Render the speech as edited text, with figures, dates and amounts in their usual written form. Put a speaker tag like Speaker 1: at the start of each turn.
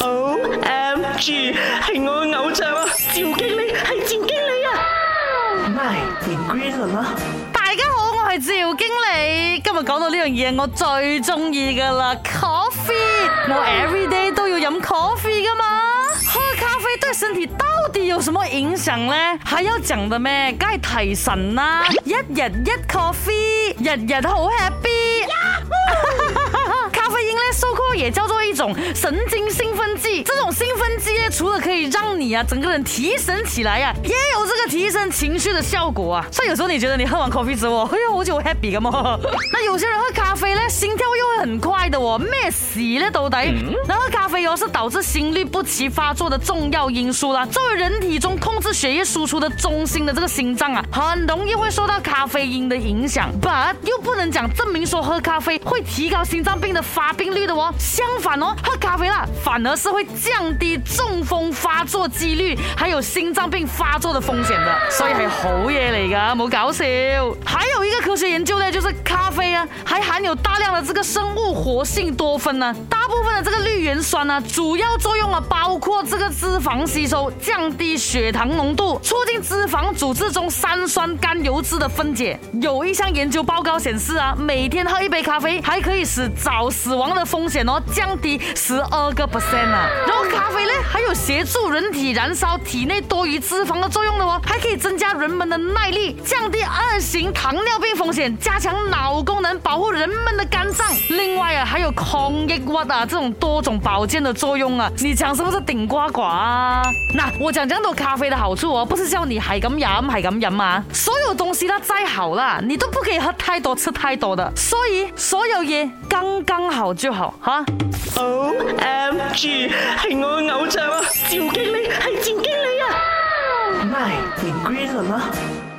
Speaker 1: OMG， 係我嘅偶像啊！趙經理係趙經理啊！My， 你 green 了嗎？
Speaker 2: 大家好，我係趙經理。今日講到呢樣嘢，我最中意噶啦 ，coffee。我 everyday 都要飲 coffee 噶嘛。喝咖啡對身體到底有什麼影響呢？還要講的咩？梗係提神啦，一日一 coffee， 日日好 happy。咖啡因呢，so-called也叫做一種神經興奮劑。這種興奮劑呢，除了可以讓你整個人提神起來也有這個提升情緒的效果啊。所以有時候你覺得你喝完 coffee 之後，好似好 happy 咁啊。那有些人喝咖啡呢，心跳又會很快的哦，咩事呢到底？然後喝咖啡是導致心律不齊發作的重要因素啦。作為人體中控制血液輸出的中心的這個心臟啊，很容易會受到咖啡因的影響。But 又不能講證明說喝咖啡會提高心臟病的發病率的哦。相反哦，喝咖啡啦，反而是會降低中風發作幾率，還有心臟病發作的風險的。所以係好嘢嚟噶，冇搞笑。還有一個科學研究呢，就是咖啡啊，還含有大量的這個生物活性多酚啊，大部分的這個綠原酸啊，主要作用啊包括這個脂肪吸收、降低血糖濃度、促進脂肪組織中三酸甘油脂的分解。有一項研究報告顯示啊，每天喝一杯咖啡，還可以使早死亡的風險降低12%啊。然後咖啡呢，還有協助人體燃燒體內多餘脂肪的作用的哦，還可以增加人們的耐力，降低2型糖尿病風險，加強腦功能，保護人們的肝臟。另外啊，還有抗抑鬱啊，這種多種保健的作用啊。你講是不是頂呱呱啊？那我講這麼多咖啡的好處哦，不是叫你係咁飲啊。所有東西它再好啦，你都不可以喝太多、吃太多的。所以所有嘢剛剛好就好哈。
Speaker 1: OMG， 係我嘅偶像啊！趙經理係趙經理啊！My， 你 green 了嗎？